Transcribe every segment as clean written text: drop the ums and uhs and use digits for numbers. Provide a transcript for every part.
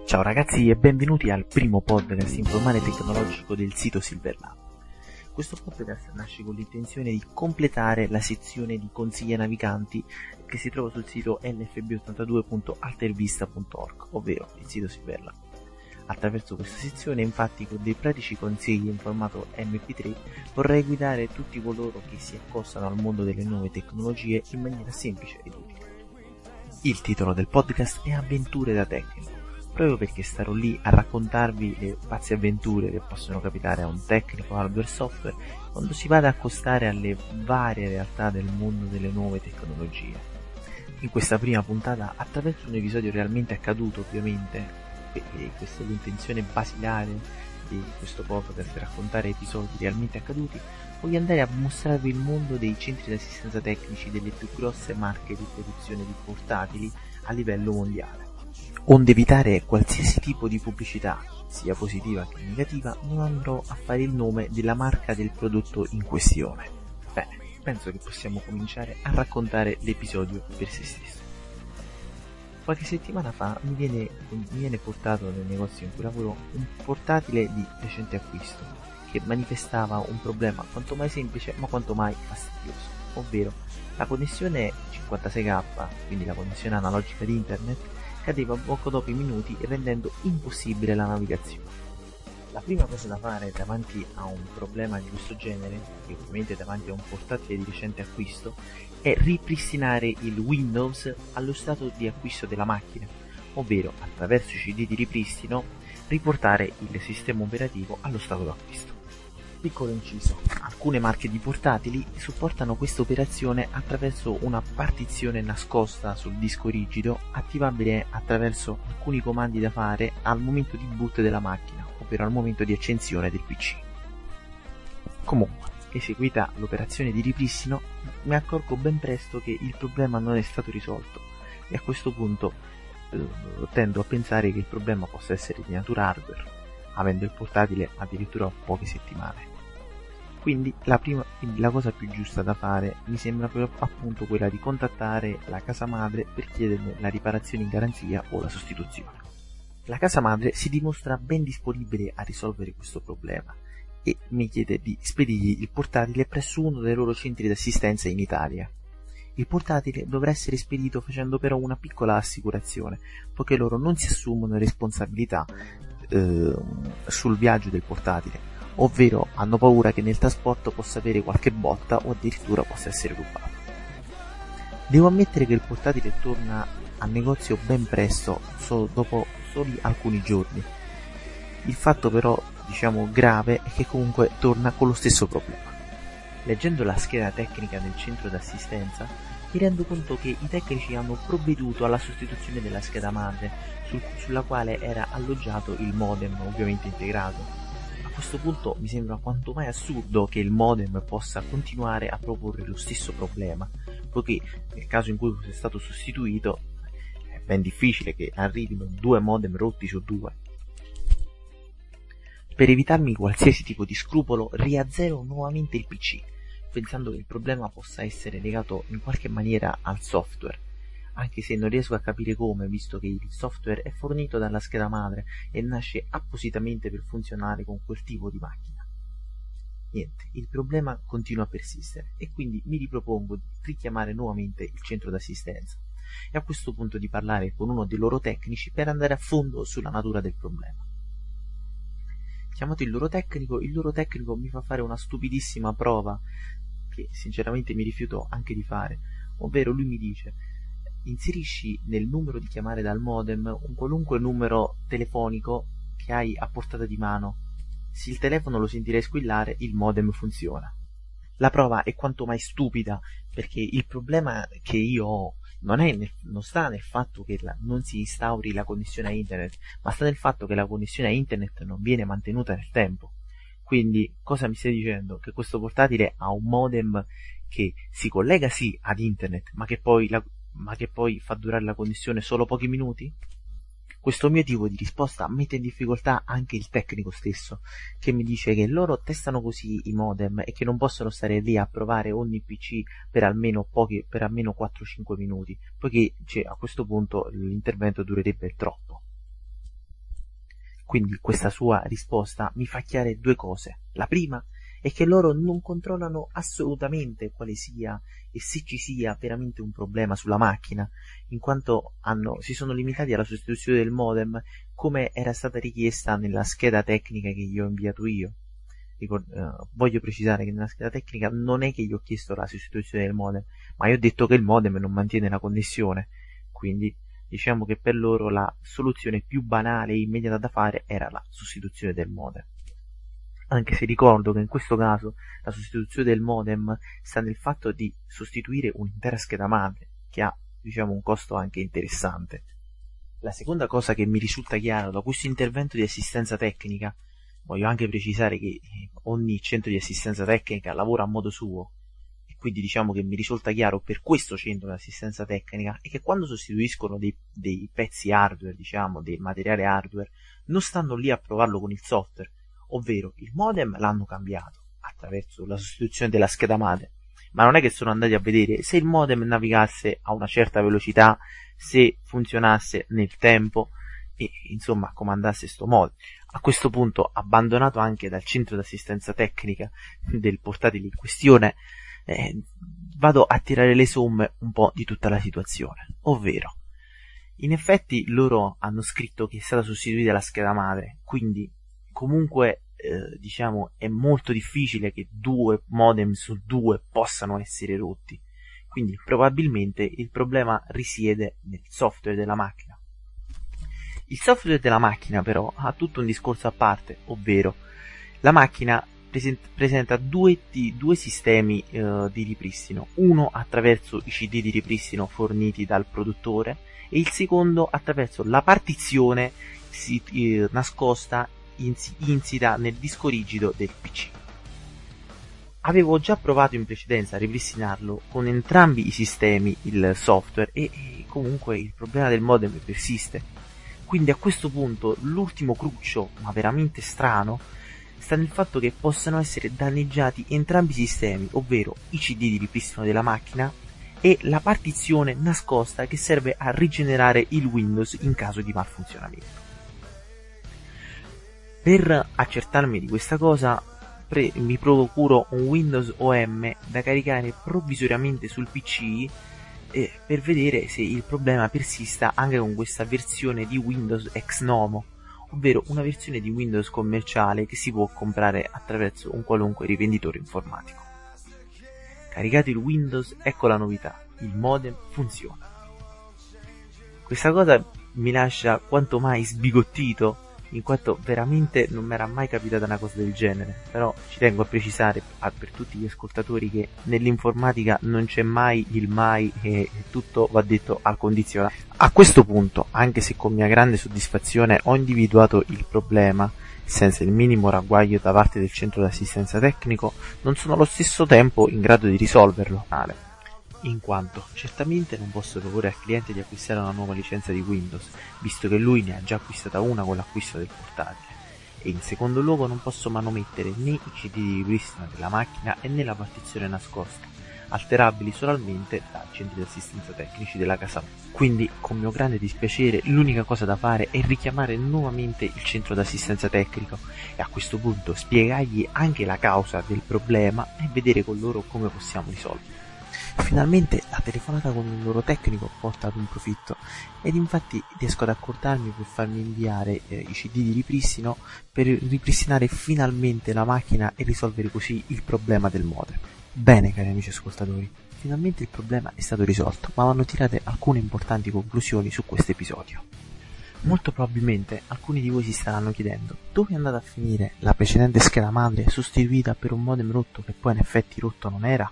Ciao ragazzi e benvenuti al primo podcast informale tecnologico del sito Silverlab. Questo podcast nasce con l'intenzione di completare la sezione di consigli naviganti che si trova sul sito lfb82.altervista.org, ovvero il sito Silverlab. Attraverso questa sezione, infatti, con dei pratici consigli in formato MP3 vorrei guidare tutti coloro che si accostano al mondo delle nuove tecnologie in maniera semplice ed utile. Il titolo del podcast è Avventure da tecnico, proprio perché starò lì a raccontarvi le pazze avventure che possono capitare a un tecnico hardware software quando si va ad accostare alle varie realtà del mondo delle nuove tecnologie. In questa prima puntata, attraverso un episodio realmente accaduto ovviamente, perché questa è l'intenzione basilare di questo podcast, raccontare episodi realmente accaduti, voglio andare a mostrarvi il mondo dei centri di assistenza tecnici delle più grosse marche di produzione di portatili a livello mondiale. Onde evitare qualsiasi tipo di pubblicità, sia positiva che negativa, non andrò a fare il nome della marca del prodotto in questione. Bene, penso che possiamo cominciare a raccontare l'episodio per se stesso. Qualche settimana fa mi viene portato nel negozio in cui lavoro un portatile di recente acquisto che manifestava un problema quanto mai semplice ma quanto mai fastidioso, ovvero la connessione 56K, quindi la connessione analogica di internet, cadeva poco dopo i minuti rendendo impossibile la navigazione. La prima cosa da fare davanti a un problema di questo genere, e ovviamente davanti a un portatile di recente acquisto, è ripristinare il Windows allo stato di acquisto della macchina, ovvero attraverso i CD di ripristino riportare il sistema operativo allo stato d'acquisto. Piccolo inciso, alcune marche di portatili supportano questa operazione attraverso una partizione nascosta sul disco rigido attivabile attraverso alcuni comandi da fare al momento di boot della macchina, ovvero al momento di accensione del PC. Comunque, eseguita l'operazione di ripristino, mi accorgo ben presto che il problema non è stato risolto e a questo punto tendo a pensare che il problema possa essere di natura hardware, avendo il portatile addirittura poche settimane. Quindi la cosa più giusta da fare mi sembra proprio appunto quella di contattare la casa madre per chiederne la riparazione in garanzia o la sostituzione. La casa madre si dimostra ben disponibile a risolvere questo problema e mi chiede di spedirgli il portatile presso uno dei loro centri di assistenza in Italia. Il portatile dovrà essere spedito facendo però una piccola assicurazione, poiché loro non si assumono responsabilità sul viaggio del portatile, ovvero hanno paura che nel trasporto possa avere qualche botta o addirittura possa essere rubato. Devo ammettere che il portatile torna al negozio ben presto, dopo soli alcuni giorni. Il fatto però, grave, è che comunque torna con lo stesso problema. Leggendo la scheda tecnica del centro d'assistenza, mi rendo conto che i tecnici hanno provveduto alla sostituzione della scheda madre, sulla quale era alloggiato il modem ovviamente integrato. A questo punto mi sembra quanto mai assurdo che il modem possa continuare a proporre lo stesso problema, poiché nel caso in cui fosse stato sostituito è ben difficile che arrivino 2 modem rotti su 2. Per evitarmi qualsiasi tipo di scrupolo riazzero nuovamente il PC, pensando che il problema possa essere legato in qualche maniera al software, anche se non riesco a capire come, visto che il software è fornito dalla scheda madre e nasce appositamente per funzionare con quel tipo di macchina. Niente, il problema continua a persistere e quindi mi ripropongo di richiamare nuovamente il centro d'assistenza e a questo punto di parlare con uno dei loro tecnici per andare a fondo sulla natura del problema. Chiamato il loro tecnico mi fa fare una stupidissima prova che sinceramente mi rifiuto anche di fare, ovvero lui mi dice: inserisci nel numero di chiamare dal modem un qualunque numero telefonico che hai a portata di mano. Se il telefono lo sentirai squillare, il modem funziona. La prova è quanto mai stupida, perché il problema che io ho non sta nel fatto che non si instauri la connessione a internet, ma sta nel fatto che la connessione a internet non viene mantenuta nel tempo. Quindi cosa mi stai dicendo? Che questo portatile ha un modem che si collega sì ad internet, ma che poi fa durare la connessione solo pochi minuti? Questo mio tipo di risposta mette in difficoltà anche il tecnico stesso, che mi dice che loro testano così i modem e che non possono stare lì a provare ogni PC per almeno 4-5 minuti, poiché a questo punto l'intervento durerebbe troppo. Quindi questa sua risposta mi fa chiare due cose. La prima è che loro non controllano assolutamente quale sia e se ci sia veramente un problema sulla macchina, in quanto si sono limitati alla sostituzione del modem come era stata richiesta nella scheda tecnica che gli ho inviato io. Voglio precisare che nella scheda tecnica non è che gli ho chiesto la sostituzione del modem, ma io ho detto che il modem non mantiene la connessione, quindi diciamo che per loro la soluzione più banale e immediata da fare era la sostituzione del modem. Anche se ricordo che in questo caso la sostituzione del modem sta nel fatto di sostituire un'intera scheda madre, che ha, diciamo, un costo anche interessante. La seconda cosa che mi risulta chiaro da questo intervento di assistenza tecnica, voglio anche precisare che ogni centro di assistenza tecnica lavora a modo suo, e quindi diciamo che mi risulta chiaro per questo centro di assistenza tecnica, è che quando sostituiscono dei pezzi hardware, diciamo, dei materiali hardware, non stanno lì a provarlo con il software, ovvero il modem l'hanno cambiato attraverso la sostituzione della scheda madre, ma non è che sono andati a vedere se il modem navigasse a una certa velocità, se funzionasse nel tempo e insomma comandasse sto modem. A questo punto, abbandonato anche dal centro d'assistenza tecnica del portatile in questione, vado a tirare le somme un po' di tutta la situazione, ovvero in effetti loro hanno scritto che è stata sostituita la scheda madre, quindi comunque diciamo è molto difficile che due modem su due possano essere rotti, quindi probabilmente il problema risiede nel software della macchina. Il software della macchina però ha tutto un discorso a parte, ovvero la macchina presenta due sistemi di ripristino, uno attraverso i CD di ripristino forniti dal produttore e il secondo attraverso la partizione nascosta insita nel disco rigido del PC. Avevo già provato in precedenza a ripristinarlo con entrambi i sistemi, il software, e comunque il problema del modem persiste. Quindi a questo punto l'ultimo cruccio, ma veramente strano, sta nel fatto che possano essere danneggiati entrambi i sistemi, ovvero i CD di ripristino della macchina e la partizione nascosta che serve a rigenerare il Windows in caso di malfunzionamento. Per accertarmi di questa cosa mi procuro un Windows OM da caricare provvisoriamente sul PC per vedere se il problema persista anche con questa versione di Windows ex nomo, ovvero una versione di Windows commerciale che si può comprare attraverso un qualunque rivenditore informatico. Caricato il Windows, ecco la novità, il modem funziona. Questa cosa mi lascia quanto mai sbigottito, in quanto veramente non mi era mai capitata una cosa del genere, però ci tengo a precisare per tutti gli ascoltatori che nell'informatica non c'è mai il mai e tutto va detto al condizionale. A questo punto, anche se con mia grande soddisfazione ho individuato il problema senza il minimo ragguaglio da parte del centro d'assistenza tecnico, non sono allo stesso tempo in grado di risolverlo, in quanto certamente non posso proporre al cliente di acquistare una nuova licenza di Windows, visto che lui ne ha già acquistata una con l'acquisto del portatile, e in secondo luogo non posso manomettere né i CD di ripristino della macchina e né la partizione nascosta, alterabili solamente dai centri di assistenza tecnici della casa. Quindi, con mio grande dispiacere, l'unica cosa da fare è richiamare nuovamente il centro d'assistenza tecnico e a questo punto spiegargli anche la causa del problema e vedere con loro come possiamo risolverlo. Finalmente la telefonata con il loro tecnico porta ad un profitto ed infatti riesco ad accordarmi per farmi inviare i CD di ripristino per ripristinare finalmente la macchina e risolvere così il problema del modem. Bene, cari amici ascoltatori, finalmente il problema è stato risolto, ma vanno tirate alcune importanti conclusioni su questo episodio. Molto probabilmente alcuni di voi si staranno chiedendo dove è andata a finire la precedente scheda madre sostituita per un modem rotto che poi in effetti rotto non era?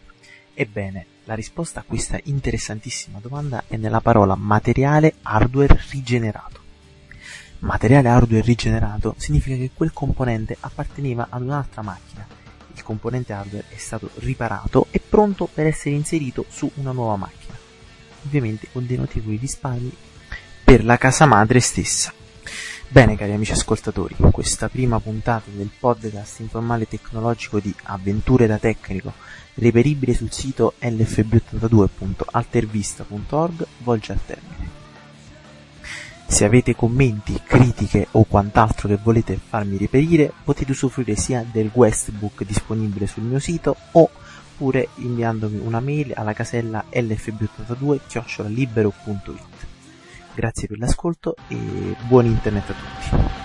Ebbene, la risposta a questa interessantissima domanda è nella parola materiale hardware rigenerato. Materiale hardware rigenerato significa che quel componente apparteneva ad un'altra macchina. Il componente hardware è stato riparato e pronto per essere inserito su una nuova macchina, ovviamente con dei notevoli risparmi per la casa madre stessa. Bene, cari amici ascoltatori, questa prima puntata del podcast informale tecnologico di Avventure da Tecnico, reperibile sul sito lfb82.altervista.org, volge al termine. Se avete commenti, critiche o quant'altro che volete farmi reperire, potete usufruire sia del guestbook disponibile sul mio sito oppure inviandomi una mail alla casella lfb82@libero.it. Grazie per l'ascolto e buon internet a tutti.